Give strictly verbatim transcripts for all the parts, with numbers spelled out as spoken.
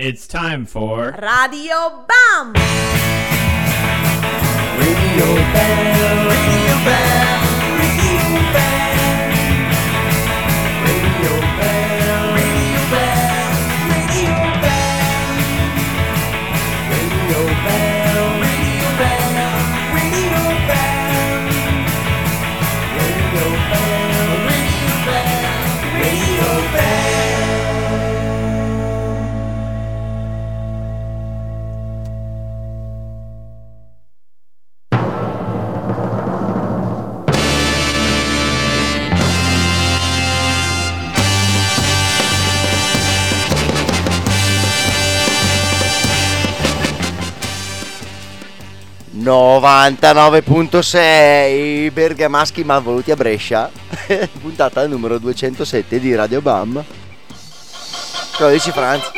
It's time for Radio Bam! Radio Bam, Radio Bam, Radio Bam, Radio Bam, Radio Bam, Radio Bam, Radio Bam, Radio Bam, Radio Bam, Radio Bam, Radio Bam, Radio Bam. novantanove virgola sei bergamaschi malvoluti a Brescia. Puntata numero duecentosette di Radio Bam. Cosa dici, Franz?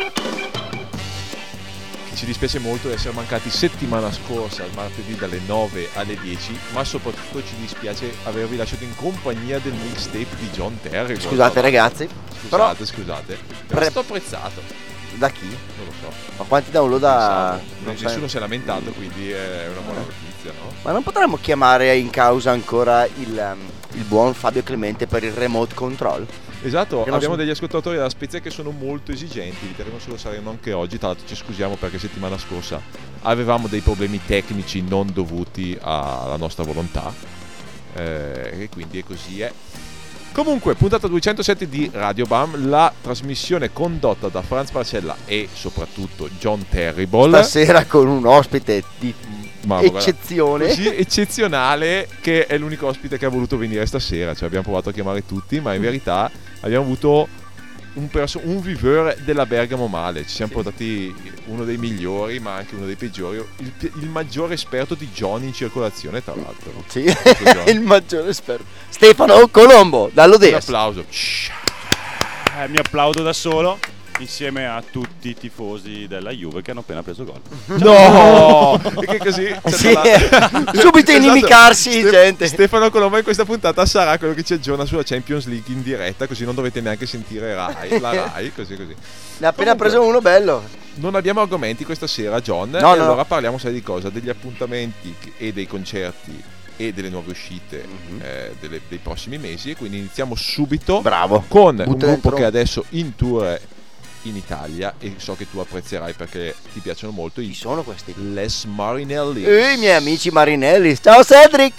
Ci dispiace molto di essere mancati settimana scorsa, il martedì dalle nove alle dieci, ma soprattutto ci dispiace avervi lasciato in compagnia del mixtape di John Terry. Scusate ragazzi, scusate, però... scusate, però Pre... sto apprezzato. Da chi? Non lo so. Ma quanti download ha? Non nessuno si è lamentato, quindi è una buona notizia, no? Ma non potremmo chiamare in causa ancora il, um, il buon Fabio Clemente per il remote control? Esatto, Perché abbiamo so... degli ascoltatori della Spezia che sono molto esigenti, vedremo se lo saremo anche oggi. Tra l'altro ci scusiamo perché settimana scorsa avevamo dei problemi tecnici non dovuti alla nostra volontà, eh, e quindi è così è. Comunque, puntata duecentosette di Radio Bam, la trasmissione condotta da Franz Barcella e soprattutto John Terrible. Stasera con un ospite di Ma eccezione, così eccezionale, che è l'unico ospite che ha voluto venire stasera. Cioè, abbiamo provato a chiamare tutti, ma in verità abbiamo avuto un, perso- un viveur della Bergamo male. Ci siamo sì. portati uno dei migliori, ma anche uno dei peggiori, il, il maggiore esperto di John in circolazione, tra l'altro. Sì, il maggiore esperto, Stefano Colombo, dall'O D S. Un applauso. Eh, mi applaudo da solo insieme a tutti i tifosi della Juve che hanno appena preso gol. No! Perché così sì, subito inimicarsi, esatto. gente. Stefano Colombo in questa puntata sarà quello che ci aggiorna sulla Champions League in diretta, così non dovete neanche sentire Rai, la Rai, così così. Ne ha appena Comunque, preso uno bello. Non abbiamo argomenti questa sera, John, no, e no, allora no. parliamo sai di cosa? Degli appuntamenti e dei concerti e delle nuove uscite, mm-hmm. eh, delle, dei prossimi mesi, e quindi iniziamo subito. Bravo. Con Butta un gruppo dentro. che adesso in tour in Italia, e so che tu apprezzerai perché ti piacciono molto. Chi sono questi? Les Marinelli. E i miei amici Marinelli. Ciao Cedric.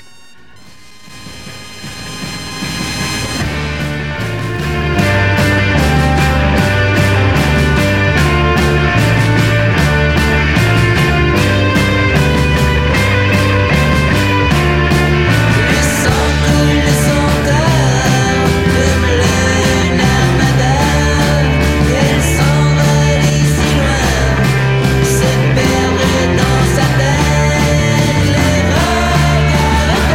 Perdre dans sa tête les regards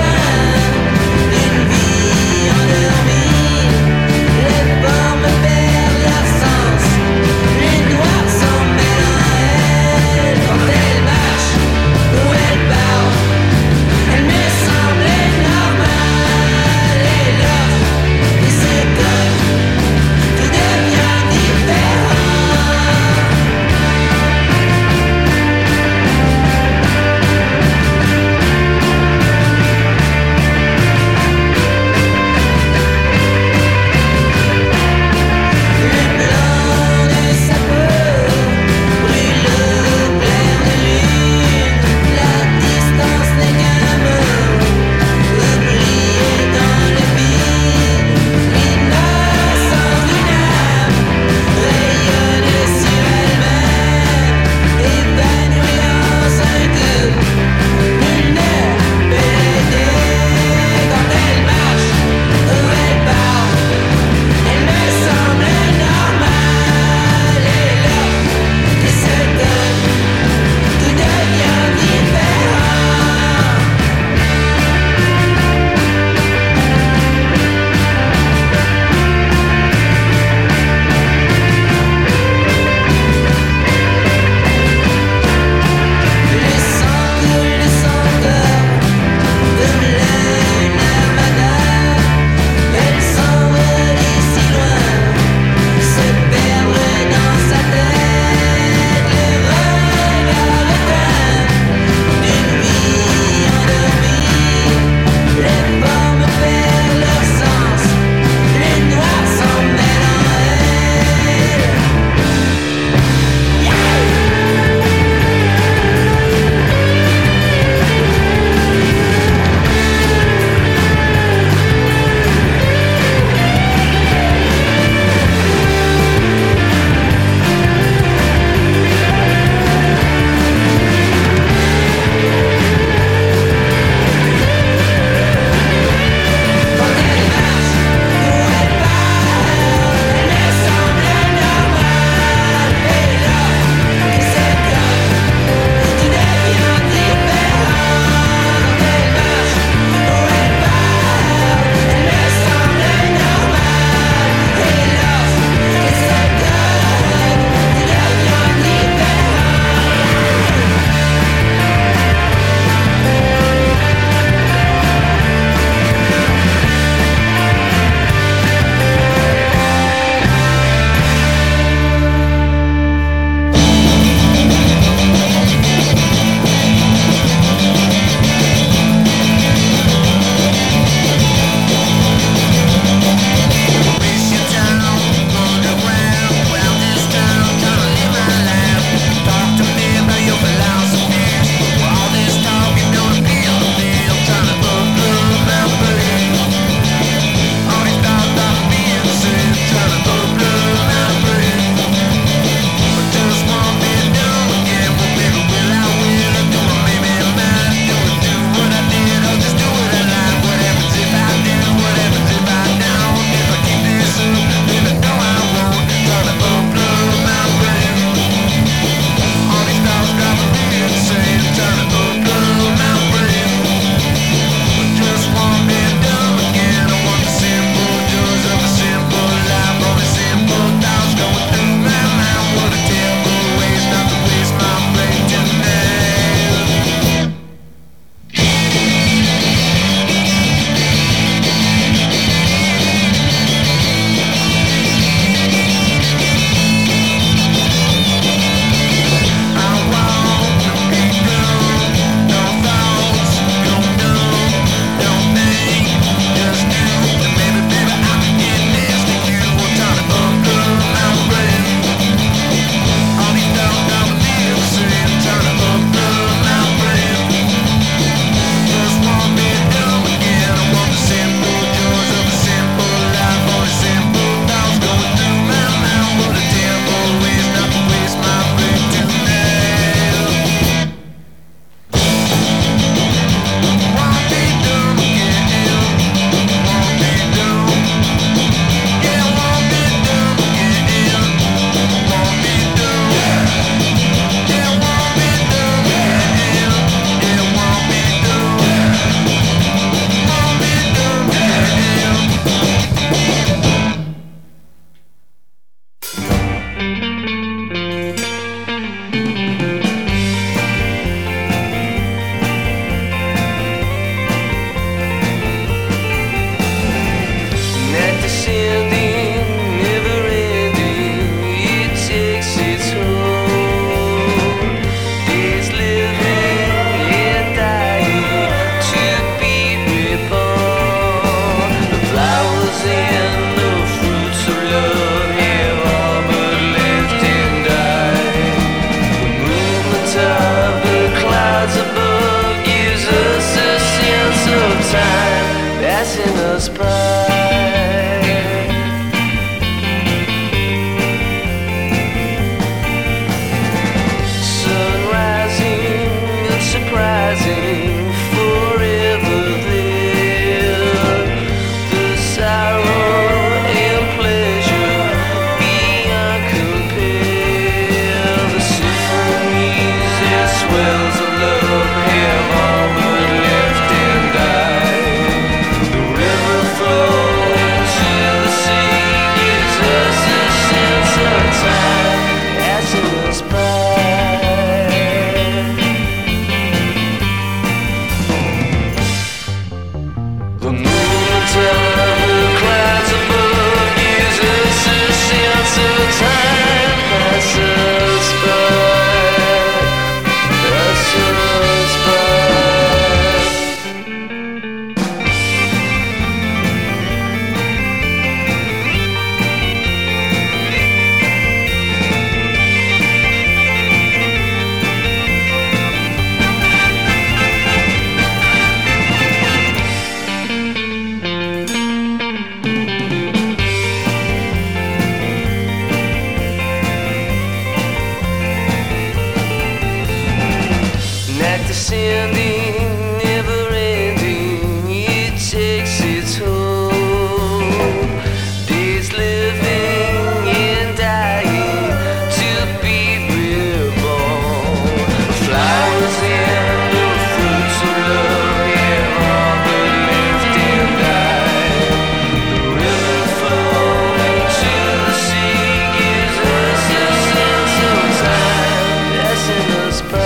descending, never ending, it takes its toll. Days living and dying to be reborn. Flowers and the fruits of love, yeah, all but left and died. The river flowing to the sea gives us a sense of time, passing us by.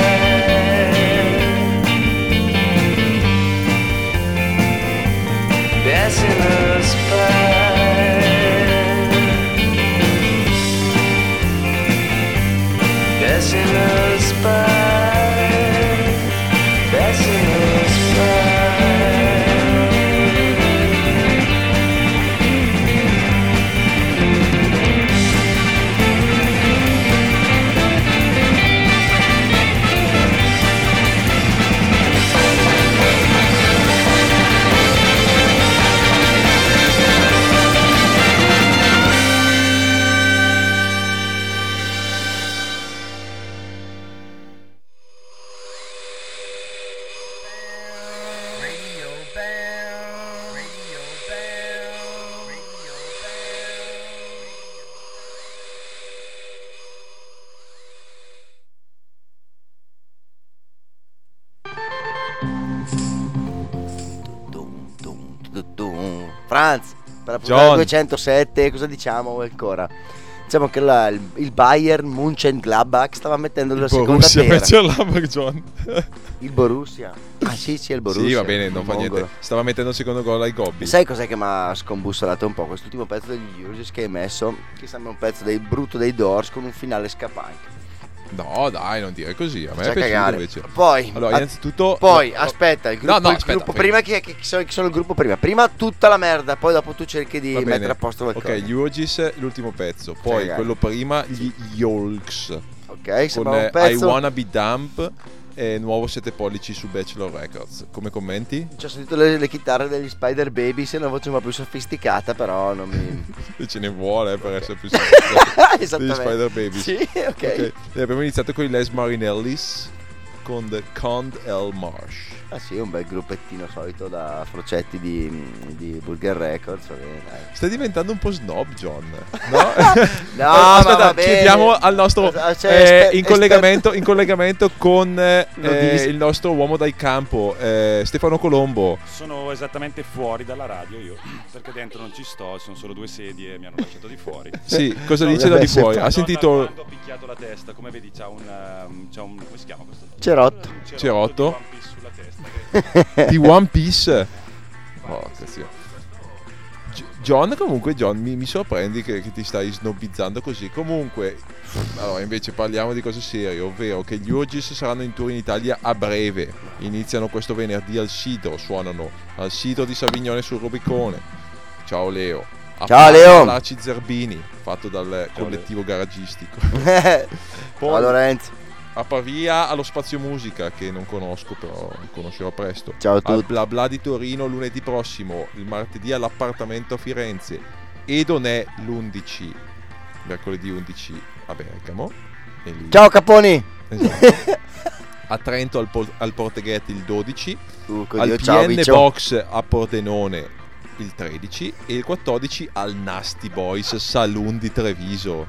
Passing us by. Passing us by. Passing us by. Radio Bell, Radio Bell, Radio Dum, dum, dum, dum. Franz, per la John. puntata duecentosette cosa diciamo ancora? Diciamo che la- il, il Bayern Mönchengladbach stava mettendo la seconda Borussia pera. Mönchengladbach, John. Il Borussia. Ah sì, sì, è il Borussia. Sì, va bene, non il fa niente. mongolo. Stava mettendo il secondo gol ai Gobbi. Sai cos'è che mi ha scombussolato un po'? Quest'ultimo pezzo degli Urges che hai messo, che sembra un pezzo dei brutto dei Doors con un finale scappante. No, dai, non dire così. A me Faccia è piaciuto cagare. invece. Poi, Allora, a- innanzitutto. poi no, no, aspetta, il gruppo, No, no, il aspetta, gruppo fermo. prima chi, chi, chi sono, chi sono il gruppo prima? Prima tutta la merda, poi dopo tu cerchi di Va bene. mettere a posto qualcosa. Ok, gli Urgis, l'ultimo pezzo. Poi Cagare. quello prima, gli Yolks. Ok, Con sembra un eh, I pezzo. Wanna Be Dump e nuovo sette pollici su Bachelor Records. Come commenti? Ci ho sentito le, le chitarre degli Spider Baby, se una voce un po' più sofisticata, però non mi... Se ce ne vuole eh, per essere più sofisticati. Degli Esattamente. Spider Baby. Sì, ok. Ok. E abbiamo iniziato con i Les Marinellis con The Cond L Marsh. Ah sì, un bel gruppettino solito da frocetti di, di Burger Records, va bene, dai. Stai diventando un po' snob, John. No? No, Eh, ma aspetta, va bene. chiediamo al nostro Cioè, eh, esper- in, collegamento, in collegamento con eh, Lo dis- il nostro uomo dal campo, eh, Stefano Colombo. Sono esattamente fuori dalla radio io, perché dentro non ci sto, ci sono solo due sedie, mi hanno lasciato di fuori. Sì, cosa No, dice da vabbè, di fuori? se- Ha No, sentito da quando ho picchiato la testa, come vedi c'ha un, um, c'ha un come si chiama questo? Cerotto. Un Cerotto. di One Piece sulla testa. che- di One Piece. Oh, cazzo. Gi- John, comunque, John, mi, mi sorprendi che, che ti stai snobbizzando così. Comunque, allora, invece parliamo di cose serie, ovvero che gli Urgis saranno in tour in Italia a breve. Iniziano questo venerdì al Sidro, suonano al Sidro di Savignone sul Rubicone. Ciao Leo. A Ciao, Leo. Larci Zerbini, fatto dal collettivo garagistico. Ciao Poi Lorenzo. a Pavia allo Spazio Musica, che non conosco, però conoscerò presto. Ciao a Al tutti. Bla Bla di Torino lunedì prossimo, il martedì all'appartamento a Firenze, Edonè l'undici, mercoledì undici a Bergamo. E lì- Ciao Caponi. Esatto. A Trento al, Pol- al Porteghetti il dodici, Uh, al Dio, ciao P N Viccio. Box a Pordenone il tredici e il quattordici al Nasty Boys Saloon di Treviso.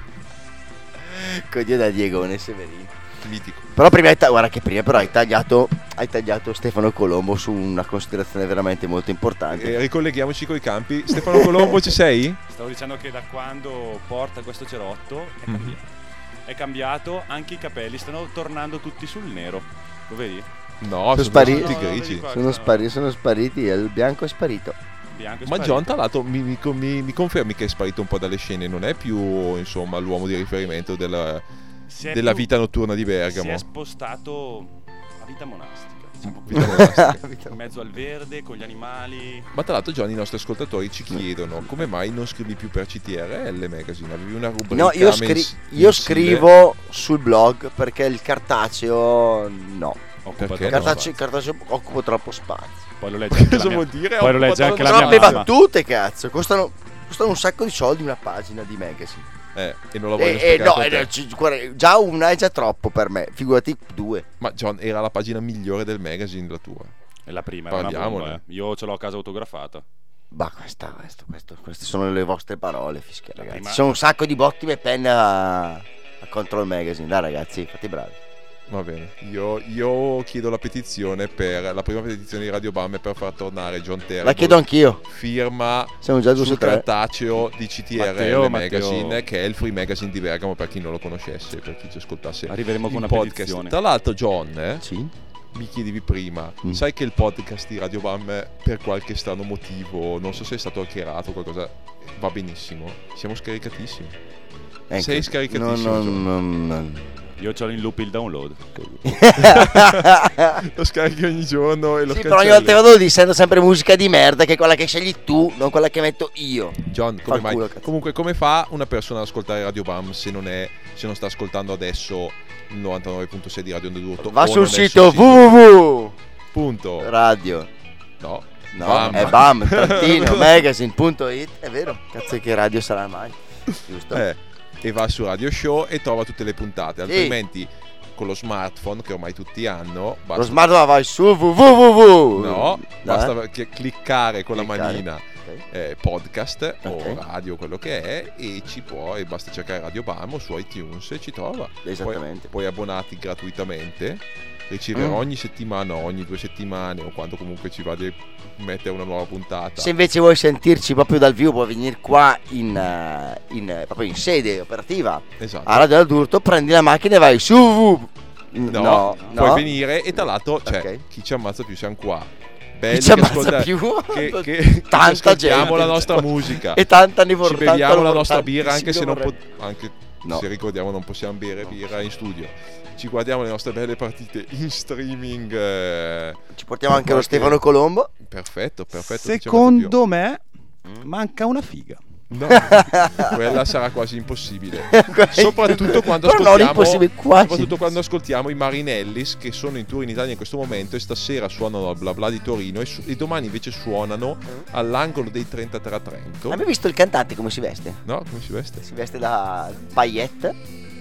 Codio da Diegone Severino. Mitico. Però prima hai ta- guarda che prima però hai tagliato hai tagliato Stefano Colombo su una considerazione veramente molto importante. E ricolleghiamoci coi campi. Stefano Colombo, ci sei? Stavo dicendo che da quando porta questo cerotto è Mhm. cambiato. È cambiato, anche i capelli stanno tornando tutti sul nero. Lo vedi? No, sono spariti. tutti No, no, grigi. vedi qua. Sono, spari- sono spariti e il bianco è sparito. Bianco e Ma sparito. John, tra l'altro, mi, mi- mi- mi confermi che è sparito un po' dalle scene? Non è più, insomma, l'uomo di riferimento della, Si è della più- vita notturna di Si Bergamo? è spostato a vita monastica, diciamo così. Vita monastica. In mezzo al verde, con gli animali. Ma tra l'altro, John, i nostri ascoltatori ci chiedono come mai non scrivi più per C T R L Magazine? Avevi una rubrica No, io, scri- mens- io mensile. scrivo sul blog perché il cartaceo no. Occupa Perché? troppo Cartaceo, spazio. cartaceo occupa troppo spazio. Poi lo legge anche la Cosa mia- vuol dire? Poi lo legge Occupa anche la troppo mia Troppe mamma. battute, cazzo. Costano, costano un sacco di soldi una pagina di magazine. Eh, e non la voglio Eh, eh, spiegare no, per eh, te. no, ci- guarda, già una è già troppo per me, figurati due. Ma John, era la pagina migliore del magazine la tua. È la prima, era una Parliamone. bomba, eh. Io ce l'ho a casa autografata. Bah, questa, questo, questo, queste sono le vostre parole, fischia, ragazzi. prima- Ci sono un sacco di ottime penne a, a Control Magazine, dai ragazzi, fate bravi. Va bene, io, io chiedo la petizione per la prima petizione di Radio Bam per far tornare John Terrible. La chiedo anch'io, Firma siamo già due su sul tre. cartaceo di C T R L Matteo, Magazine, Matteo. che è il free magazine di Bergamo per chi non lo conoscesse, per chi ci ascoltasse Arriveremo il con una podcast. petizione. Tra l'altro, John, eh, Sì? mi chiedevi prima, Mm. sai che il podcast di Radio Bam per qualche strano motivo, non so se è stato hackerato o qualcosa, va benissimo. Siamo scaricatissimi. Ecco. Sei scaricatissimo, No, no, John. no, no. Io c'ho in loop il download. Lo scarichi ogni giorno e lo Sì, però ogni volta che vado lì sento sempre musica di merda, che è quella che scegli tu, non quella che metto io. John, come Fa il culo, mai? cazzo. Comunque, come fa una persona ad ascoltare Radio Bam se non è se non sta ascoltando adesso il novantanove virgola sei di Radio Onda d'Urto? Va o sul non è sito sul www Punto. radio. No. No, Bam. è bam, trattino, magazine.it. È vero, cazzo che radio sarà mai. Giusto? Eh, e va su Radio Show e trova tutte le puntate. Altrimenti con lo smartphone che ormai tutti hanno, Lo basta, smartphone vai su www. no, Dai. basta che- cliccare con la Cliccare. manina Ok. eh, podcast Ok. o radio, quello che è, e ci può, e basta cercare Radio Bam o su iTunes e ci trova. Esattamente. Poi, poi abbonati gratuitamente riceverò Mm. ogni settimana, ogni due settimane o quando comunque ci va di mettere una nuova puntata. Se invece vuoi sentirci proprio dal vivo, puoi venire qua in, eh, in, eh, proprio in sede operativa Esatto. a Radio Adulto, prendi la macchina e vai su www. No, no, puoi no. venire e tra l'altro, cioè, Ok. chi ci ammazza più siamo qua. Belli Chi ci ammazza ascolta- più? che, che, che Tanta ascoltiamo gente. la nostra musica. E tanta ne Ci vorrei. beviamo la nostra birra anche se non pot- po- anche No. se ricordiamo non possiamo bere birra in studio. Ci guardiamo le nostre belle partite in streaming. eh, Ci portiamo anche lo qualche- Stefano Colombo. Perfetto, perfetto. Secondo me manca una figa. No, quella sarà quasi impossibile. Quasi- Soprattutto quando Però non ascoltiamo impossibile, quasi. soprattutto quando ascoltiamo i Marinellis che sono in tour in Italia in questo momento e stasera suonano al Bla Bla di Torino e, su- e domani invece suonano all'angolo dei trentatré a Trento. Hai mai visto il cantante come si veste? No, come si veste? Si veste da paillette,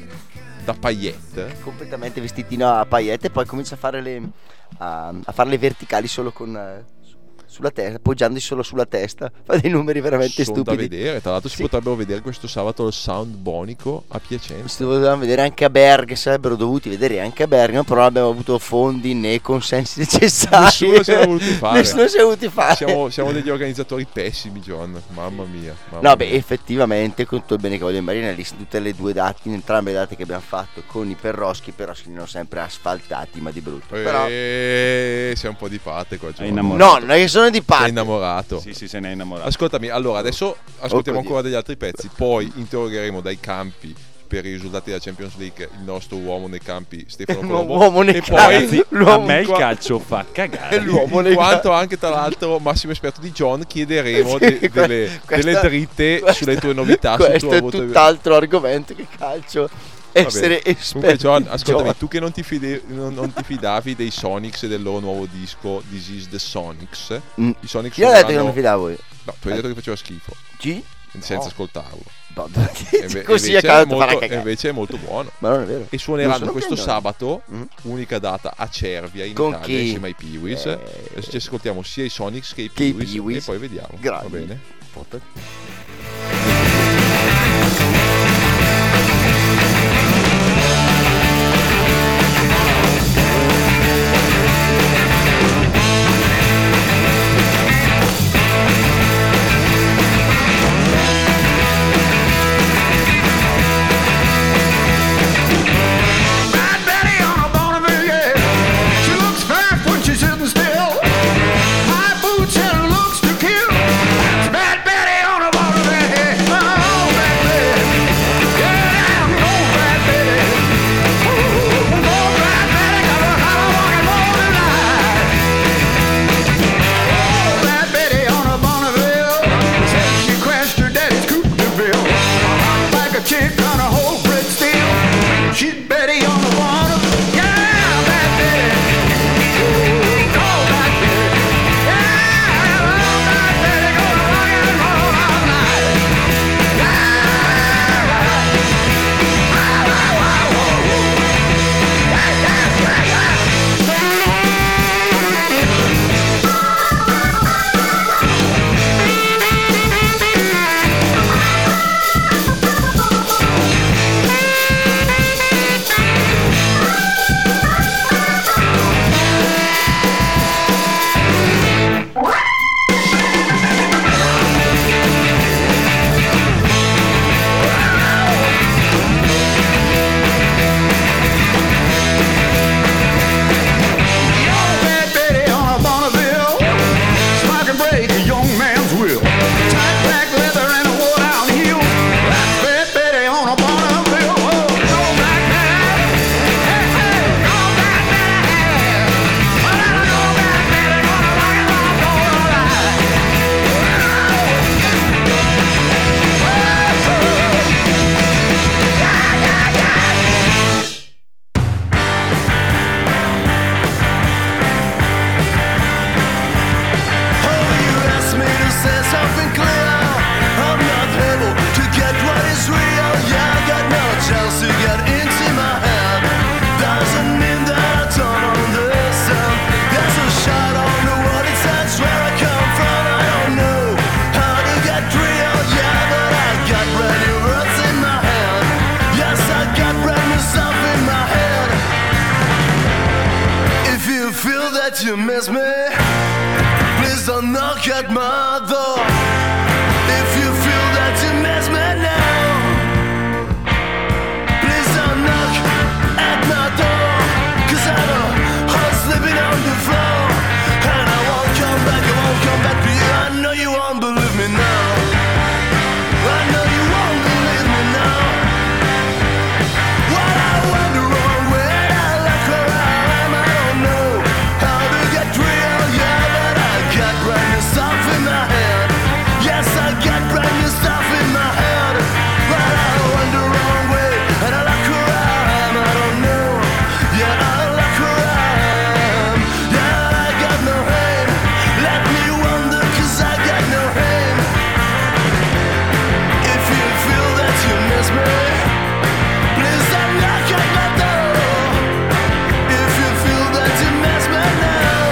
Da paillette. completamente vestitino a paillette, e poi comincia a fare le, a, a fare le verticali solo con eh, sulla testa, appoggiandosi solo sulla testa. Fa dei numeri veramente Sono da stupidi. vedere. Tra l'altro si Sì. potrebbero vedere questo sabato il Sound Bonico a Piacenza. Si dovevano vedere anche a Bergamo, sarebbero dovuti vedere anche a Bergamo, però non abbiamo avuto fondi né consensi necessari. Nessuno se l'ha voluto fare. Nessuno si è voluti fare. Siamo, siamo degli organizzatori pessimi, John. Mamma mia. mamma No, beh, mia. effettivamente, con tutto il bene che voglio in Marinelli, tutte le due date, in entrambe le date che abbiamo fatto con i perroschi, però si sono sempre asfaltati, ma di brutto. Però, Eh, sei un po' di parte qua, John. È innamorato. no, non è che sono di Sei parte. innamorato. Sì, sì, se ne è innamorato. Ascoltami, allora adesso ascoltiamo Oddio. ancora degli altri pezzi, poi interrogheremo dai campi per i risultati della Champions League il nostro uomo nei campi Stefano Colombo. L'uomo nei e campi. poi Ragazzi, a l'uomo me il qua- calcio fa cagare. L'uomo in nei quanto campi. anche tra l'altro massimo esperto di John chiederemo Sì, de- que- delle, questa- delle dritte questa- sulle tue novità sul Questo tuo è voto. tutt'altro argomento che calcio. Va Essere bene. esperti. Comunque John, in ascoltami, gioco. tu che non ti, fide- non, non ti fidavi dei Sonics e del loro nuovo disco This is the Sonics. Mm. I Sonics Io ho detto che non suoneranno- mi fidavo io. No, tu hai detto che faceva schifo Chi? senza No. ascoltarlo. No, E inve- così invece a è caso molto- farà e cagare. invece è molto buono. Ma non è vero. E Non suoneranno sono questo piangendo. sabato, Mm. unica data a Cervia in Con Italia chi? insieme ai Peewees. Eh. Adesso ci ascoltiamo sia i Sonics che i Che i Peewees, Peewees. e poi vediamo. Grandi. Va bene? Bad Betty on a Bonneville, yeah. She looks fast when she's sitting still. High boots and looks to kill. Bad Betty on a Bonneville, yeah. Oh, Bad Betty. you miss me, please don't knock at my door. If you feel that you miss me now, please don't knock at my door. Cause I'm a heart sleeping on the floor, and I won't come back, I won't come back to you. I know you won't believe me now. I know you won't believe me now. What I went the wrong way, I left where I am, I don't know how to get real, yeah, but I got brand new stuff in my head. Yes, I got brand new stuff in my head. But I went the wrong way, and I left where I am, I don't know. Yeah, I left where I am. Yeah, I got no aim. Let me wonder, cause I got no aim. If you feel that you miss me, please don't knock at my door. If you feel that you miss me now,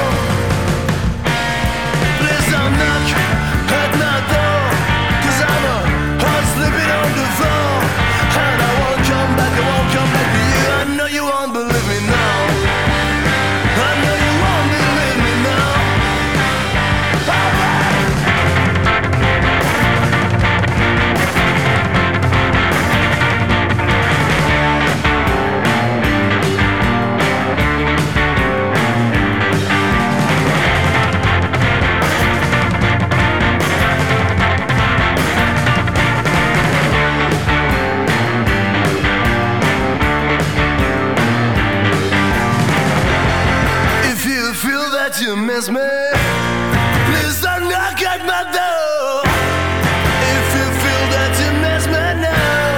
please don't knock at my door. Cause I'm a heart sleeping on the floor, and I won't come back, I won't come back to you. I know you won't believe me now. I know you won't believe me now. Alright. If you feel that you miss me, please don't knock at my door. If you feel that you miss me now,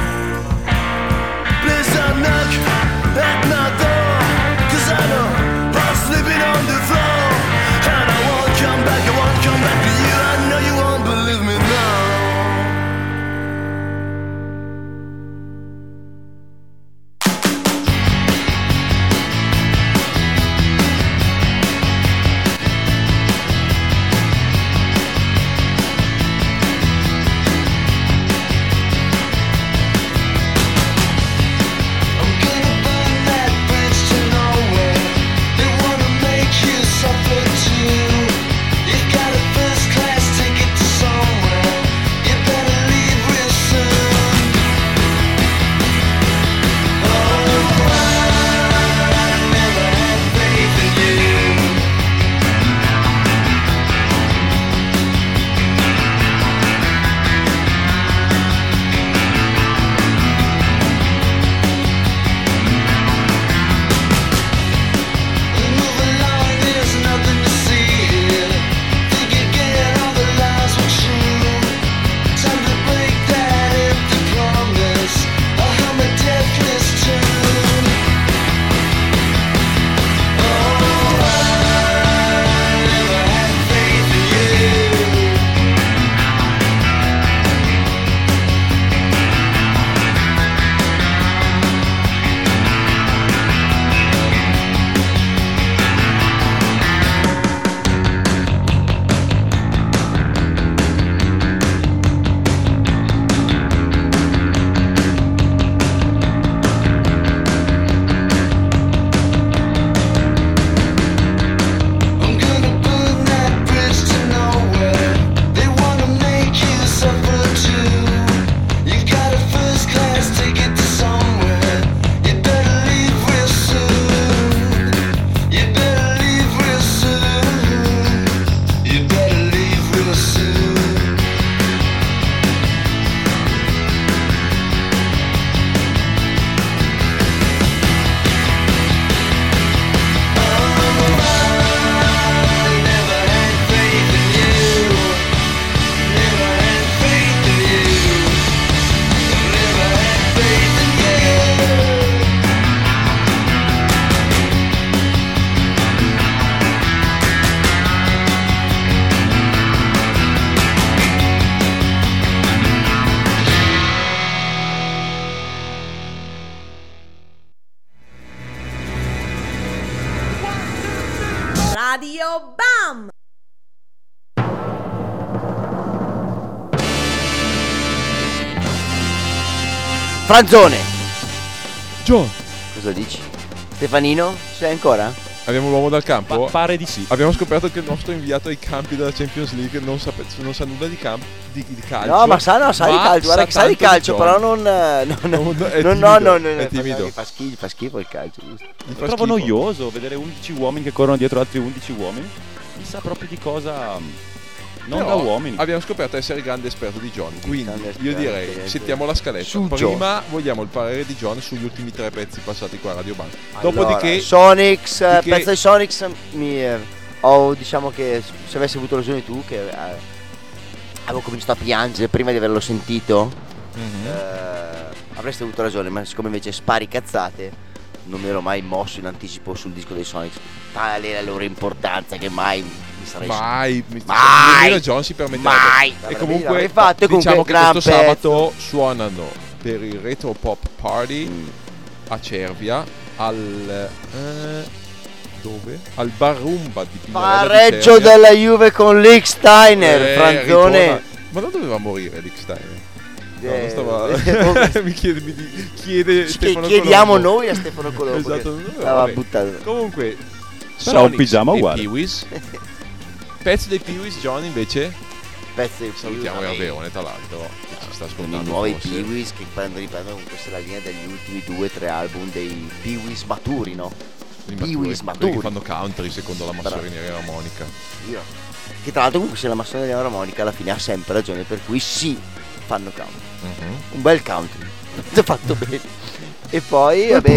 please don't knock at my door. Cause I know I'm sleeping on the floor, and I won't come back, I won't come back to you. I know you won't believe me now. Radio Bam! Franzone, Gio, cosa dici? Stefanino, sei ancora? Abbiamo l'uomo dal campo? Pa- pare di sì. Abbiamo scoperto che il nostro inviato ai campi della Champions League non, sape- non sa nulla di, camp- di, di calcio. No, ma sa, no, sa di ma calcio, guarda che sa di tanto calcio, John. però non... eh, non, No, no, è non- timido, no, no, no, è no, timido. Fa, fa schifo, fa schifo il calcio, giusto? Gli Lo fa trovo schifo. noioso vedere undici uomini che corrono dietro altri undici uomini. Mi sa proprio di cosa mm, non Però da uomini. abbiamo scoperto essere il grande esperto di John. Quindi grande io esperto, direi niente. sentiamo la scaletta. Su Prima vogliamo il parere di John sugli ultimi tre pezzi passati qua a Radio Band. Allora, Dopodiché Sonics, eh, di che- pezzo di Sonics mi eh, ho, diciamo che se avessi avuto ragione tu che eh, avevo cominciato a piangere prima di averlo sentito, Mhm. eh, avresti avuto ragione, ma siccome invece spari cazzate non mi ero mai mosso in anticipo sul disco dei Sonics. Tale è la loro importanza che mai mi sarei mai, mi- Mai! nemmeno John si permetterebbe. Mai! E L'avrei- comunque l'avrei fatto, e diciamo comunque che questo gran sabato suonano per il Retro Pop Party Mm. a Cervia al eh, dove? Al Barumba di Pinarella di Pareggio Cervia. della Juve con Lick Steiner, Eh, Franzone. ritorna. Ma non doveva morire Dick Steiner? No, non Eh, stava... mi chiede, mi di- chiede Ci Stefano chiediamo Colombo. noi a Stefano Colombo Esatto, che no, l'aveva vabbè. buttato. Comunque Però un Sonics pigiama e uguale. Pee-wees. Pezzi dei Pee-wees, John invece Pezzi di salutiamo Pee-wee, Erdeone tra l'altro che ci sta con ascoltando i nuovi forse. Pee-wees che prendono, riprendono con questa la linea degli ultimi due o tre album dei Pee-wees maturi, no? I Pee-wees quelli maturi. che fanno country secondo la massorineria armonica. Io. Che tra l'altro comunque se la massoneria armonica alla fine ha sempre ragione, per cui sì, fanno country. Mhm. Un bel country. L'ho fatto bene. E poi, vabbè,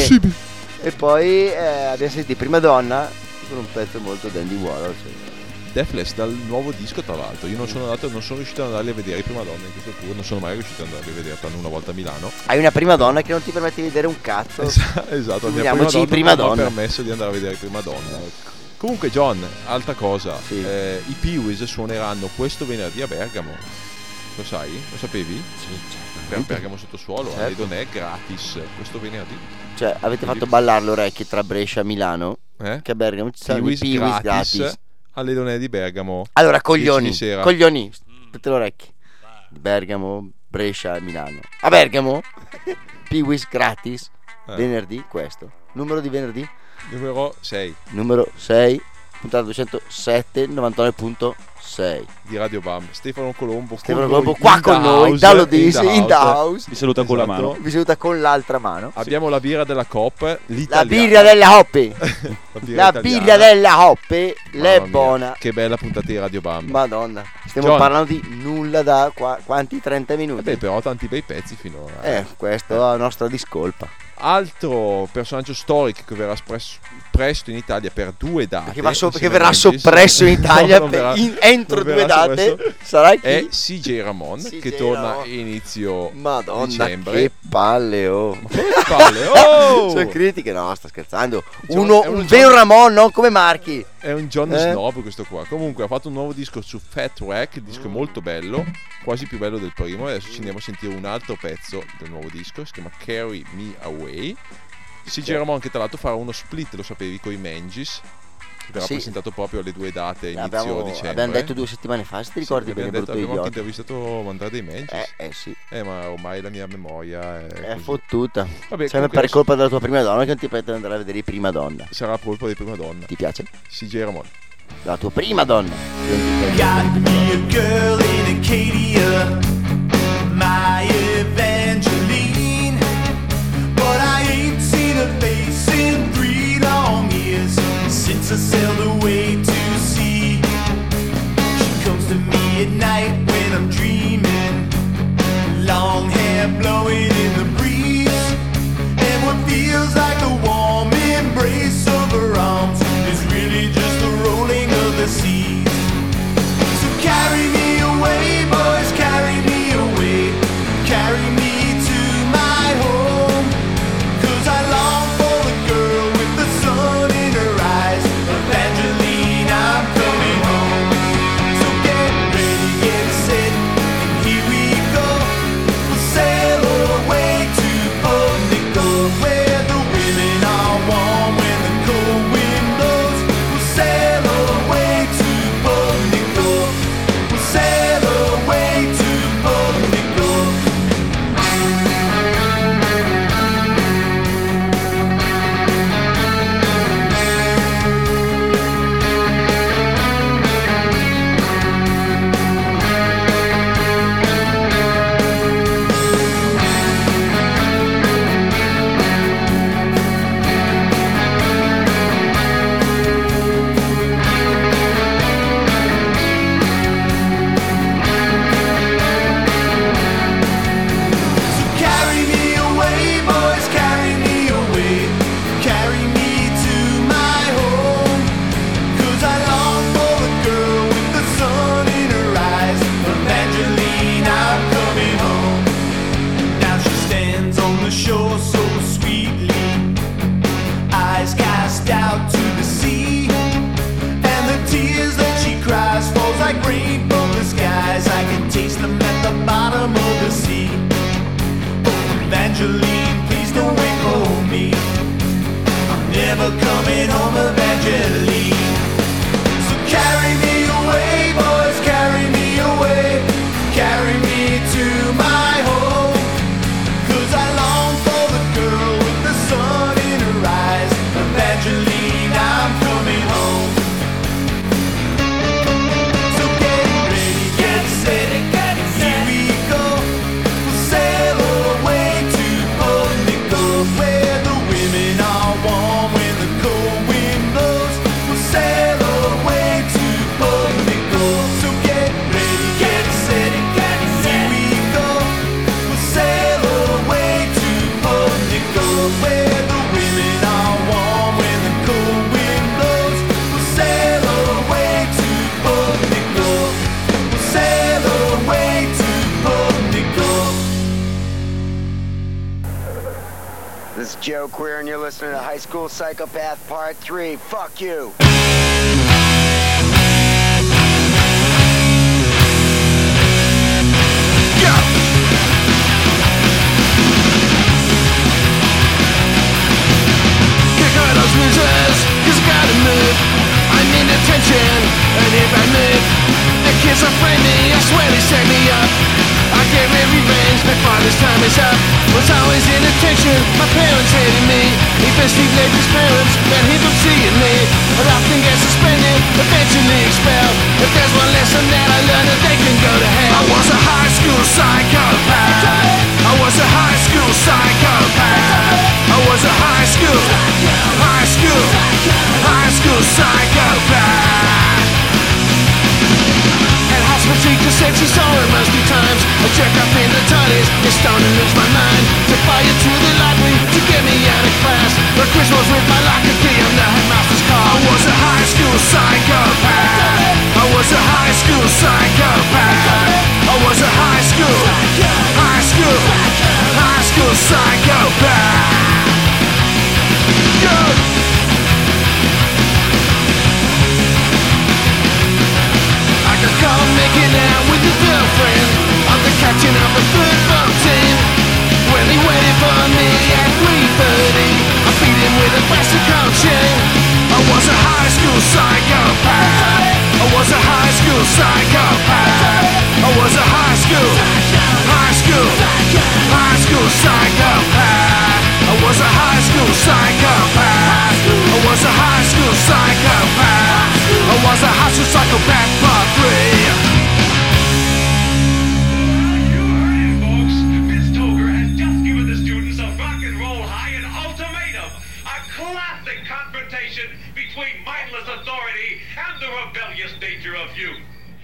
e poi eh, abbiamo sentito Prima Donna con un pezzo molto Dandy Warhol. Cioè. Deathless dal nuovo disco tra l'altro. Io non sono andato, non sono riuscito ad andarli a vedere i Prima Donna in questo tour, non sono mai riuscito ad andarli a vedere, tranne una volta a Milano. Hai una prima donna che non ti permette di vedere un cazzo. Esa- esatto, la mia prima Figuriamoci donna Prima non mi ha Donna. permesso di andare a vedere Prima Donna. Comunque John, altra cosa, Sì. eh, i Pee-wees suoneranno questo venerdì a Bergamo. Lo sai? Lo sapevi? Sì, Per certo. Bergamo Sottosuolo, Certo. a Ledonè gratis questo venerdì. Cioè, avete Quindi- fatto ballare le orecchie tra Brescia e Milano? Eh? Che a Bergamo ci sono i Pee-wees Pee-wees gratis, gratis. alle Donè di Bergamo. Allora, dieci coglioni, di sera. coglioni, tutte le orecchie. Bergamo, Brescia e Milano. A Bergamo, Pee-wees gratis, Eh. venerdì, questo. Numero di venerdì? Numero sei Numero sei, puntata duecentosette, novantanove punto sei. di Radio Bam. Stefano Colombo Stefano con Colombo noi, qua in con the noi, house, dallo in Disi, the in the house. house. Vi saluta con la Esatto. mano. Vi saluta con l'altra mano. Abbiamo la birra della Coop, La l'italiana. birra della Hoppe. La birra La italiana. birra della Hoppe, Mamma l'è mia, buona. Che bella puntata di Radio Bam. Madonna, stiamo John. parlando di nulla da qua- quanti trenta minuti. Beh, però tanti bei pezzi finora. Eh, questo è la nostra discolpa. Altro personaggio storico che verrà spres- presto in Italia per due date. Che, va so- che insieme verrà a Mangis. soppresso in Italia No, non per- verrà- in- entro non due verrà date. soppresso. Sarà chi? È C J Ramon C J che torna Ramon. inizio Madonna, dicembre. che palle, oh. Che palle, oh! Sono critiche? No, sta scherzando. John- Uno, è uno un John- vero Ramon, non come Marchi. È un John Eh? Snob questo qua. Comunque ha fatto un nuovo disco su Fat Wreck, il disco è molto bello, quasi più bello del primo. Adesso ci andiamo a sentire un altro pezzo del nuovo disco, si chiama Carry Me Away. C J Ramon che tra l'altro farà uno split, lo sapevi, con i Mangis. Verrà Sì. presentato proprio alle due date inizio Abbiamo, dicembre. abbiamo detto due settimane fa, se ti ricordi Sì, bene, abbiamo, brutto detto, abbiamo anche idiota. intervistato Mandare dei Mangis. Eh, eh sì, Eh, ma ormai la mia memoria è, è così. fottuta. Vabbè, Sempre comunque per adesso colpa della tua prima donna che non ti permette di andare a vedere i Prima Donna. sarà colpa di Prima Donna. Ti piace? C J Ramon. La tua prima donna. Got me a girl in Acadia, my Evangeline. But I ain't seen her face in three long years since I sailed away to sea. She comes to me at night when I'm dreaming, long hair blowing in the breeze, and what feels like a warm embrace of her arms is really just the rolling of the seas. So carry me away, boys, carry women are warm when the cold wind blows. We'll sail away to Portugal. So get ready, get set, get set. Here we go. We'll sail away to Portugal, where the women are warm when the cold wind blows. We'll sail away to Portugal. We'll sail away to Portugal. This is Joe Queer, and you're listening to High School Psychopath Part three. Fuck you. Kick out those losers, cause I gotta move. I need attention, and if I move, the kids will frame me, I swear they set me up. I get my revenge before this time is up. Was always in attention, my parents hated me. Eventually led his parents, that he from seeing me. But often get suspended, eventually expelled. If there's one lesson that I learned, that they can go to hell. I was a high school psychopath. I was a high school psychopath. I was a high school, high school, high school psychopath. And hospital teacher said she saw him most of the times. I check up in the toilets, get stoned and lose my mind. Set fire to the library to get me out of class. But Christmas with my locker key, I'm the headmaster's car. I was a high school psychopath. I was a high school psychopath. I was a high school, high school, high school psychopath. Good. I could call making out with a girlfriend on the captain of the football team. Well, he waited for me at three thirty. I beat him with a bicycle chain. I was a high school psychopath. I was a high school psychopath. I was a high school, high school, high school psychopath. I was a high school psychopath. I was a high school psychopath. I was a high school psychopath part three. You heard it, folks. Miss Toger has just given the students a rock and roll high and ultimatum. A classic confrontation between mindless authority and the rebellious nature of youth.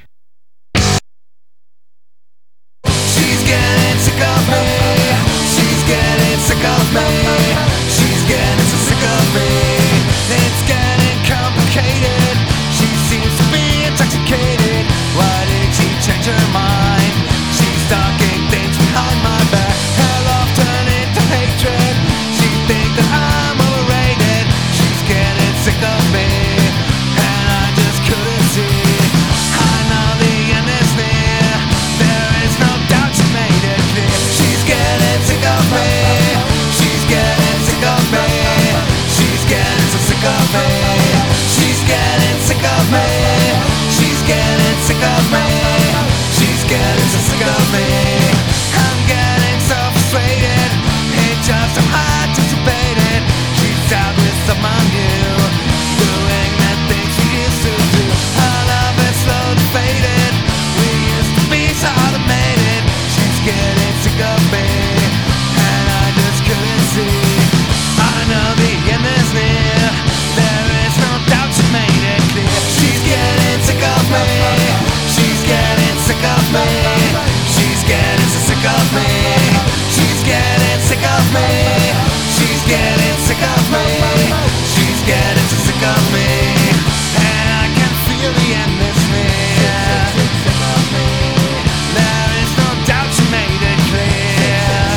She's getting sick of me. She's getting sick of me. She's getting so sick of me. It's getting complicated. She seems to be intoxicated. Why did she change her mind? She's talking things behind my back. Her love turned into hatred. She thinks that I'm overrated. She's getting sick of me, and I just couldn't see. I know the end is near. There is no doubt she made it clear. She's getting sick of me. She's getting sick of me. She's getting so sick of me. She's getting sick of me. She's getting sick of me. She's getting so sick of me. I'm getting so frustrated. It's just so hard to debate it. She's out with someone new, doing the things we used to do. Our love is slowly faded. We used to be so automated. She's getting sick of me, and I just couldn't see. I know the end is near. There is no doubt she made it clear. She's getting sick of me. She's getting sick of me. She's getting so sick of me. She's getting sick of me. She's getting sick of me. She's getting so sick of me, and I can feel the end is near. There is no doubt she made it clear.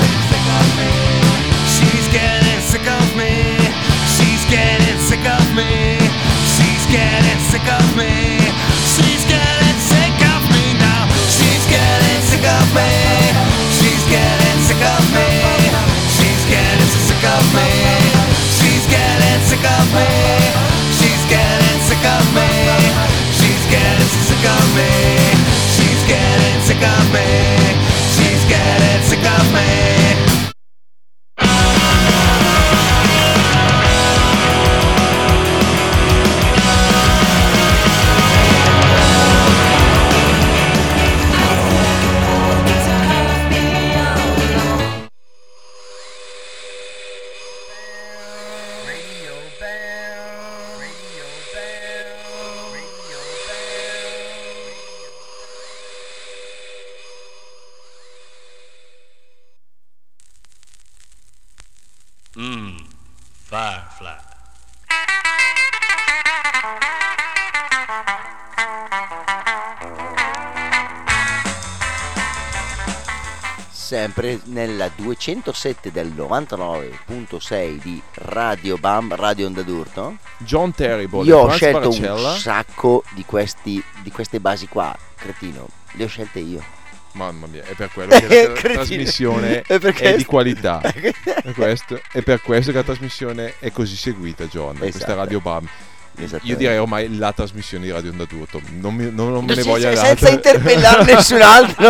She's getting sick of me. She's getting sick of me. She's getting sick of me. She's getting sick of me now. She's getting sick of me. She's getting sick of me. She's getting so sick of me. She's getting sick Firefly. Sempre nella duecentosette del novantanove virgola sei di Radio Bam, Radio Onda d'Urto. John Terrible, Io ho Franz scelto Baracella. un sacco di questi di queste basi qua, cretino. Le ho scelte io. Mamma mia, è per quello che la Cretino. trasmissione È per è di questo. qualità. È, questo, è per questo che la trasmissione è così seguita, John. Questa Esatto. è Radio Bam. Io Esattamente. direi ormai la trasmissione di Radio Onda d'Urto. Non, mi- non- non me ne Sì, voglia sì, dare. senza interpellare nessun altro.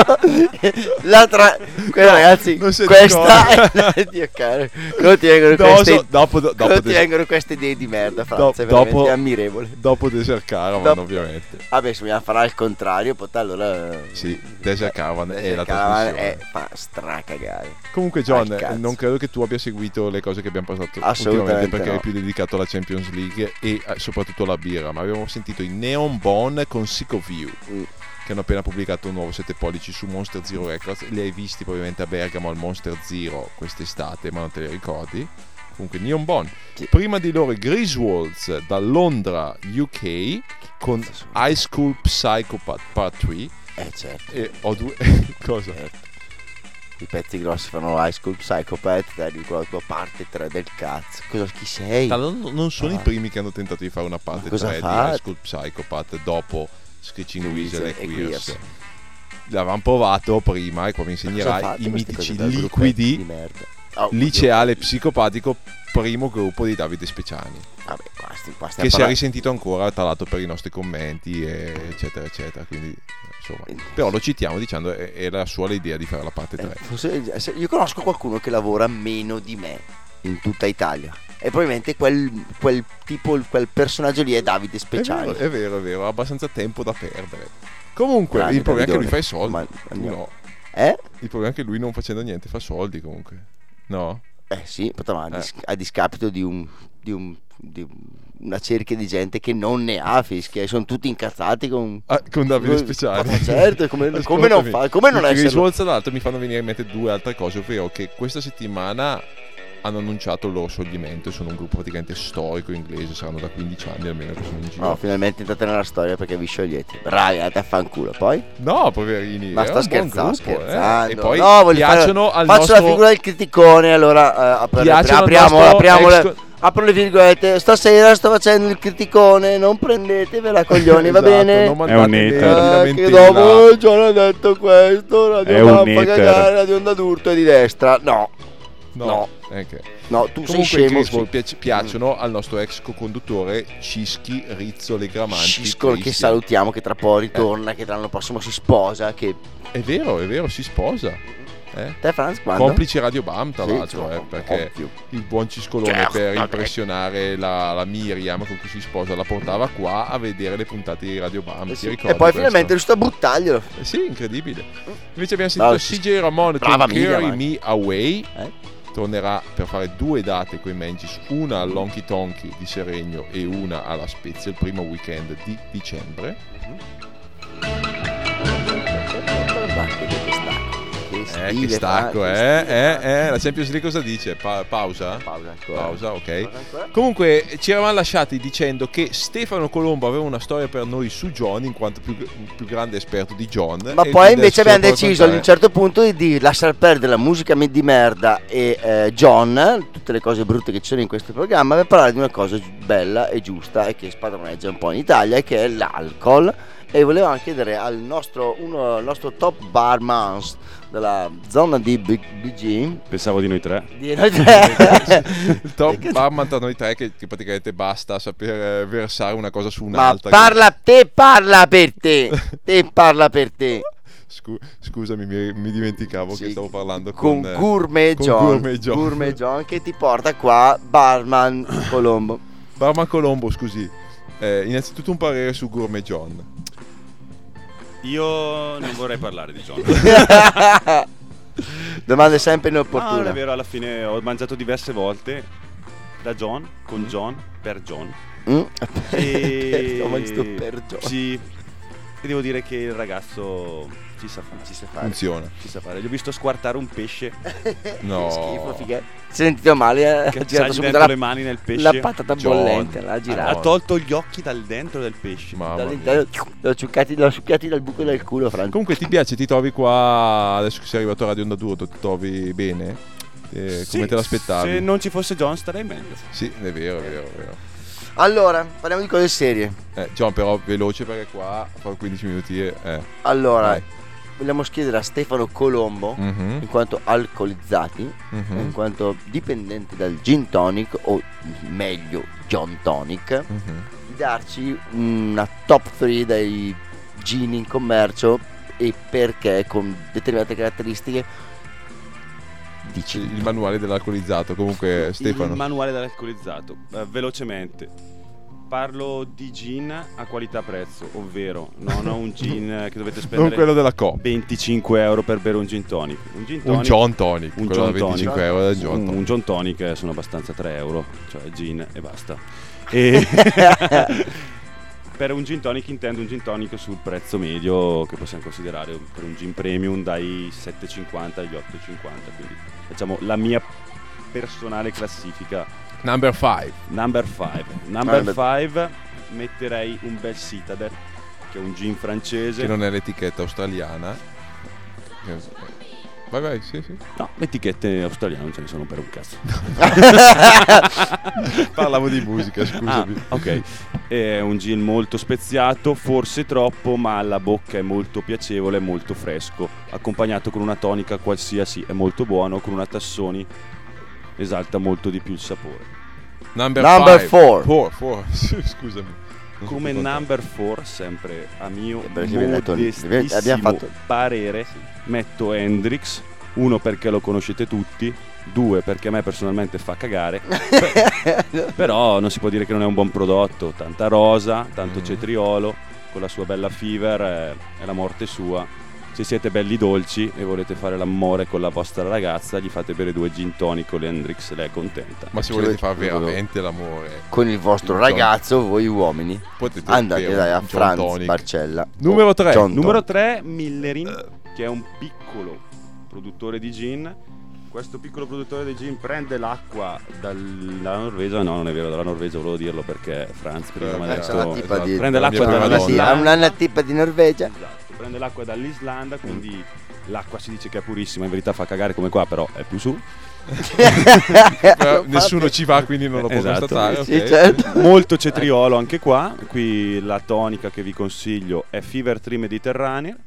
La tra... Quella, ragazzi, non si questa ricorda. è Dio caro. Come ti vengono No, queste so- dopo- dopo come ti des- vengono queste idee di merda, Do- Franza, è veramente dopo- ammirevole. Dopo Desert Caravan, Dopo- ovviamente. Vabbè, se vogliamo fare al contrario, poi allora Sì, Desert Caravan è Desert la Caravan trasmissione. è fa stracagare. Comunque, John, Al cazzo. non credo che tu abbia seguito le cose che abbiamo passato Assolutamente ultimamente, perché no. eri più dedicato alla Champions League e eh, soprattutto alla birra. Ma abbiamo sentito i Neon Bone con Sick of You, Mm. che hanno appena pubblicato un nuovo sette pollici su Monster Zero Records. Li hai visti probabilmente a Bergamo al Monster Zero quest'estate, ma non te li ricordi. Comunque Neon Bone. Sì. Prima di loro i Griswolds da Londra, U K, con cazzo sono? High School Psychopath Part tre. Eh certo, E ho due... cosa? certo. I pezzi grossi fanno High School Psychopath, dai, con la tua parte tre del cazzo. Cosa chi sei? Tra l'altro non sono Ah. i primi che hanno tentato di fare una parte Ma cosa tre di fa? High School Psychopath dopo Screeching Weasel e e Queers. Queers. L'avevamo provato prima e qua mi Cosa insegnerai fate i queste mitici cose da gruppetti liquidi di merda? Oh, liceale psicopatico, primo gruppo di Davide Speciani, Vabbè, qua, sti- qua stiamo che si è parlando- risentito ancora tra l'altro per i nostri commenti e eccetera eccetera, quindi insomma, però lo citiamo dicendo è, è la sua l'idea di fare la parte tre. Eh, forse- se- io conosco qualcuno che lavora meno di me in tutta Italia e probabilmente quel, quel tipo, quel personaggio lì è Davide È Speciali. vero, è vero, è vero, ha abbastanza tempo da perdere. Comunque, Grande il problema è che lui fa Davidone. i soldi. Ma- Tu andiamo. no. Eh? Il problema è che lui non facendo niente fa soldi comunque. No? Eh sì, però a, Eh. dis- a discapito di un, di un di una cerchia di gente che non ne ha fischi e sono tutti incazzati con, Ah, con Davide Ma- Speciali. ma certo, come- Ascoltami, come non fa- come non i esserlo? Griswolds, tra l'altro, mi fanno venire in mente due altre cose, ovvero che questa settimana hanno annunciato il loro scioglimento e sono un gruppo praticamente storico inglese, saranno da quindici anni almeno che sono in giro. No, finalmente entrate nella storia perché vi sciogliete. Bravi, andate a fanculo. Poi? No, poverini. Ma era sto un buon scherzando, gruppo, eh. scherzando. E poi no, voglio piacciono fare, al faccio nostro... la figura del criticone, allora eh, apro, Piacciono al apriamo, nostro apriamo ex- le, apro le virgolette. Stasera sto facendo il criticone, non prendetevela coglioni, va Esatto, bene? non mandate un mail di hater. Eh, che lamentela. dopo John ha detto questo, È Radio un Bam fa hater. cagare, Radio Onda d'Urto è di destra. No, No, No. ok. no, tu Comunque sei i scemo. Griswold sì. piac- piacciono al nostro ex co-conduttore Cischi Rizzo Legramanti Cisco che Christian. salutiamo, che tra poco ritorna, che l'anno prossimo si sposa, che... È vero, è vero, si sposa. Eh? Te Franz quando? Complici Radio Bam tra Sì, l'altro, sì, eh, perché ovvio. il buon Ciscolone Certo, per vabbè. impressionare la, la Miriam con cui si sposa la portava qua a vedere le puntate di Radio Bam. Eh Ti sì. ricordi E poi questo? finalmente è riuscito a buttarglielo. Eh sì, incredibile. Invece abbiamo Bravo, sentito C J Ramone con brava Miriam, Carry eh. Me Away. Eh? Tornerà per fare due date con i Mangis, una all'Honky Tonky di Seregno e una alla Spezia il primo weekend di dicembre. Eh, che stacco, eh, eh, eh, la Champions League cosa dice? Pa- pausa? Pausa ancora. Pausa, ok. Pausa ancora. Comunque ci eravamo lasciati dicendo che Stefano Colombo aveva una storia per noi su John in quanto più, più grande esperto di John. Ma e poi quindi invece adesso abbiamo ce lo può deciso ad un raccontare. certo punto di, di lasciar perdere la musica me- di merda e eh, John, tutte le cose brutte che ci sono in questo programma, per parlare di una cosa gi- bella e giusta e che spadroneggia un po' in Italia, che è l'alcol. E volevo anche chiedere al nostro, uno, al nostro top barman della zona di B- BG Pensavo di noi tre. di noi tre. Il top barman tra noi tre che, che praticamente basta saper eh, versare una cosa su Ma un'altra. parla te, parla per te, te parla per te. Scu- scusami, mi, mi dimenticavo Sì, che stavo parlando con, con, eh, Gourmet, con John, Gourmet John. Gourmet John che ti porta qua Barman Colombo. Barman Colombo, scusi. Eh, innanzitutto un parere su Gourmet John. Io non vorrei parlare di John. Domande sempre No, non inopportune. è vero, alla fine ho mangiato diverse volte da John, con John, per John. Mm? E... Ho mangiato per John. Sì, e devo dire che il ragazzo ci sa fare. Ci sa fare. Funziona. Ci sa fare. Gli ho visto squartare un pesce No. Che schifo, figa. Si è sentito male, eh? che ha c'ha girato di subito dentro la, le mani nel pesce. la patata John. bollente, l'ha ha, girata. ha tolto gli occhi dal dentro del pesce. Mamma mia. Dall'interno, l'ho succhiati, l'ho succhiati dal buco del culo, Franco. Comunque ti piace, ti trovi qua, adesso che sei arrivato a Radio Onda Duro, ti trovi bene? Eh, Sì, come te l'aspettavi? Se non ci fosse John starei meglio. Sì, è vero, è vero, è vero. Allora, parliamo di cose serie. Eh, John, però veloce perché qua fra quindici minuti e... Eh. Allora, Vai. vogliamo chiedere a Stefano Colombo, Mhm, in quanto alcolizzati, mhm, in quanto dipendenti dal gin tonic, o meglio John tonic, mhm. di darci una top tre dei gin in commercio e perché con determinate caratteristiche. Dici Il manuale dell'alcolizzato. Comunque, Stefano. Il manuale dell'alcolizzato. Eh, velocemente. Parlo di gin a qualità prezzo, ovvero non ho un gin che dovete Non spendere quello della Coop. venticinque euro per bere un gin tonic. Un gin Un tonic, John Tonic. un quello da John tonic. venticinque euro del John un, Tonic. un John tonic sono abbastanza tre euro, cioè gin e basta. E per un gin tonic intendo un gin tonic sul prezzo medio che possiamo considerare per un gin premium dai sette e cinquanta agli otto e cinquanta, quindi facciamo la mia personale classifica. Number five. Number five. Number Number- five metterei un bel Citadel, che è un gin francese. Che non è l'etichetta australiana. Vai, vai, sì, sì. No, le etichette australiane non ce ne sono per un cazzo. Parlavo di musica, scusami. Ah, ok. È un gin molto speziato, forse troppo, ma alla bocca è molto piacevole, molto fresco. Accompagnato con una tonica qualsiasi è molto buono, con una Tassoni esalta molto di più il sapore. Number, Number five. four. Four, four. Sì, scusami. Non Come sono più number four, sempre a mio perché abbiamo detto- modestissimo abbiamo fatto- parere, metto Hendrix. Uno, perché lo conoscete tutti. Due, perché a me personalmente fa cagare. Però non si può dire che non è un buon prodotto. Tanta rosa, tanto Mm. cetriolo, con la sua bella fever, è, è la morte sua. Se siete belli dolci e volete fare l'amore con la vostra ragazza, gli fate bere due gin tonic con l'Hendrix, lei è contenta. Ma se Ci volete volete- fare veramente l'amore, con il vostro John- ragazzo, voi uomini, potete andate bere dai, a un John Franz Tonic. Barcella. Numero o tre. John Numero Tonic. tre, Millerin, che è un piccolo produttore di gin. Questo piccolo produttore di gin prende l'acqua dal- dalla Norvegia. No, non è vero, dalla Norvegia volevo dirlo perché Franz prima Eh, mi ha c'è C'è una detto tipa di, prende l'acqua la mia c'è una- prima sì, donna. ha una, una tipa di Norvegia. Esatto, prende l'acqua dall'Islanda, quindi l'acqua si dice che è purissima, in verità fa cagare come qua, però è più su. Però nessuno ci va, quindi non lo può Esatto. constatare. Sì, ok. certo. Molto cetriolo anche qua. Qui la tonica che vi consiglio è Fever Tree Mediterranea.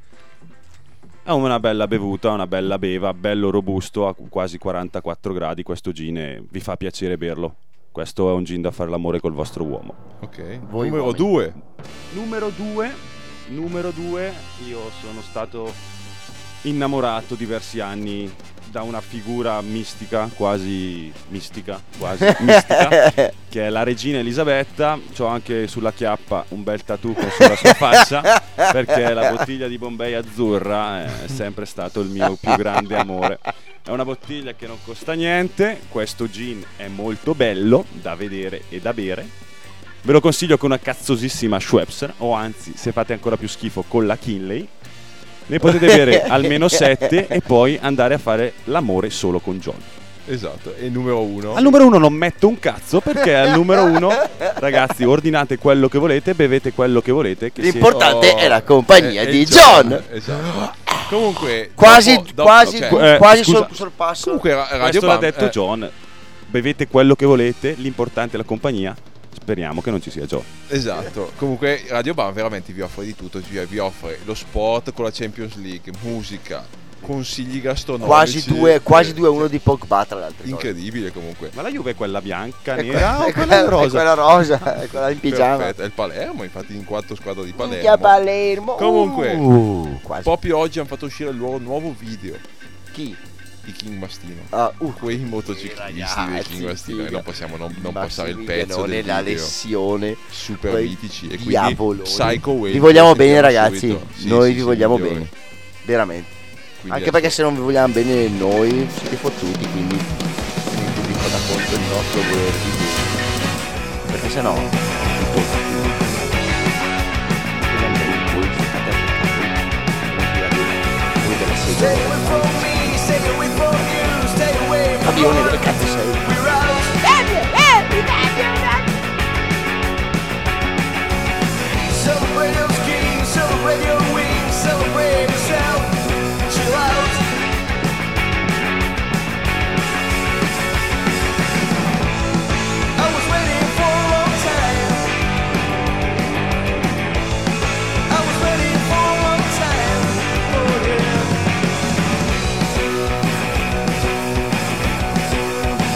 È una bella bevuta, una bella beva, bello robusto, a quasi quarantaquattro gradi questo gin e vi fa piacere berlo. Questo è un gin da fare l'amore col vostro uomo. Ok. Voi Numero uomini. due. Numero due, numero due, io sono stato innamorato diversi anni da una figura mistica, quasi mistica, quasi mistica, che è la regina Elisabetta. C'ho anche sulla chiappa un bel tattoo con sulla sua faccia, perché la bottiglia di Bombay azzurra è sempre stato il mio più grande amore. È una bottiglia che non costa niente, questo gin è molto bello da vedere e da bere. Ve lo consiglio con una cazzosissima Schweppes, o anzi, se fate ancora più schifo, con la Kinley. Ne potete bere almeno sette e poi andare a fare l'amore solo con John. Esatto. E numero uno. Al numero uno non metto un cazzo, perché al numero uno, ragazzi, ordinate quello che volete, bevete quello che volete. Che L'importante Oh, è la compagnia è- è di John. John. Esatto. Comunque Quasi, dopo- dopo- quasi, ok. Eh, quasi scusa. sul, sorpasso. Comunque ra- Radio Questo l'ha Bam- detto eh, John. Bevete quello che volete, l'importante è la compagnia. Speriamo che non ci sia John. Esatto. Comunque Radio Bam veramente vi offre di tutto, cioè vi offre lo sport con la Champions League, musica, consigli gastronomici. Quasi due, quasi eh, due a uno di Pogba tra l'altro. Incredibile comunque. Ma la Juve è quella bianca, È nera quella, o è quella quella, è rosa? quella rosa, è quella in pigiama. Perfetto, è il Palermo, infatti in quattro squadre di Minchia Palermo. Palermo. Comunque, Uh, quasi. Proprio oggi hanno fatto uscire il loro nuovo video, Chi? i King Mastino. Ah, uh, Quei motociclisti dei ragazzi, King Mastino, figa. e non possiamo non, non passare il pezzo Massimiliano del nella video. lessione. Super quei mitici. E quindi diavoloni. Psycho Wave. Vi vogliamo lo bene sentiamo ragazzi, subito. Sì, noi sì, vi sì, vogliamo migliori. bene, veramente. Quindi Anche perché se non vi vogliamo bene noi siete fottuti, quindi niente vi fa da conto il nostro volervi bene. Perché se no sei Stay tu. away from me, stay away from you, stay away from Fabione, dove us. cazzo sei? We're out. Celebrate your king, celebrate your wings, celebrate yourself. Chill out. I was waiting for a long time. I was waiting for a long time. Oh yeah.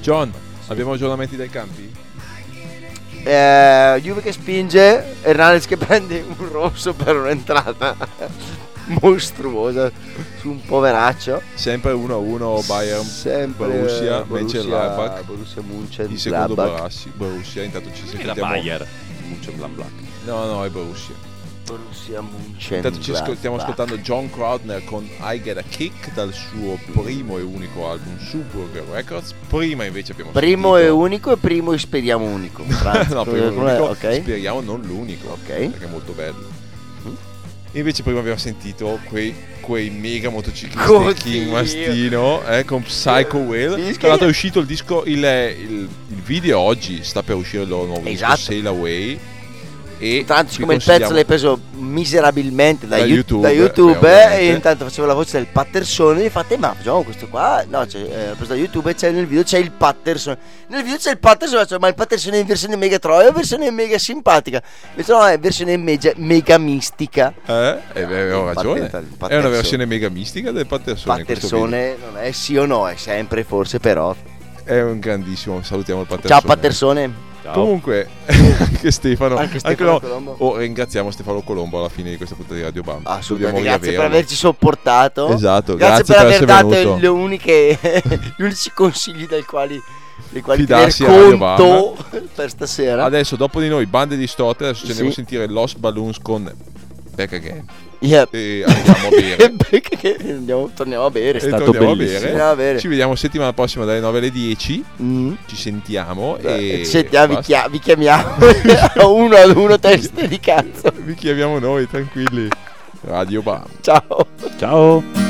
John, abbiamo aggiornamenti dai campi? Eh, Juve che spinge, Hernandez che prende un rosso per un'entrata mostruosa su un poveraccio. Sempre uno a uno Bayern Sempre Borussia, Borussia, Mönchengladbach. Borussia Il Mönchengladbach. secondo Borussia, Borussia. Intanto ci Che la sentiamo. Bayer. Mönchengladbach. No, no, è Borussia. Borussia Intanto ci ascol- stiamo Mönchengladbach. ascoltando John Crowder con I Get a Kick dal suo primo e unico album Subwoofer Records. Prima invece abbiamo Primo sentito... e unico e primo e speriamo unico. Franz, no, primo e come- unico, ok. speriamo non l'unico, Ok. perché è molto bello. E invece prima abbiamo sentito quei, quei mega motociclisti Oddio. King Mastino eh, con Psycho Whale. Dischi- Tra l'altro è uscito il disco, il, il, il video oggi, sta per uscire il loro nuovo Esatto. disco Sail Away. E Tanto vi siccome il consigliamo- pezzo l'hai preso miserabilmente da, Da Yu- YouTube, da YouTube beh, eh, ovviamente. e intanto facevo la voce del Patterson e fate ma facciamo questo qua no c'è, eh, l'ho preso da YouTube e c'è nel video c'è il Patterson nel video c'è il Patterson faccio, ma il Patterson è in versione mega troia o versione mega simpatica invece no è versione mega, mega mistica. Eh, eh, beh, avevo Il ragione. Patter- il È una Patterson. versione mega mistica del Patterson. in questo video. Pattersone non è sì o no è sempre forse però È un grandissimo, salutiamo il Patterson. ciao Pattersone. Ciao. Comunque, anche Stefano, Anche Stefano no, Colombo. oh, ringraziamo Stefano Colombo alla fine di questa puntata di Radio Bam. Assolutamente, Dobbiamo grazie per riaverlo. averci sopportato. Esatto, grazie, grazie per per aver essere dato venuto. le uniche, gli unici consigli dai quali, dei quali Fidarsi tener a Radio conto per stasera. Adesso, dopo di noi, bande distorte. Adesso ci andiamo Sì. a sentire Lost Balloons con Back Again. Yep. E andiamo a bere. Perché andiamo, torniamo a bere. e stato torniamo a bellissimo. bere. Andiamo a bere. Ci vediamo settimana prossima dalle nove alle dieci. Mm. Ci sentiamo. Eh, E ci sentiamo, vi, basta. chia- vi chiamiamo uno ad uno teste di cazzo. Vi chiamiamo noi, tranquilli. Radio Bam. Ciao. Ciao.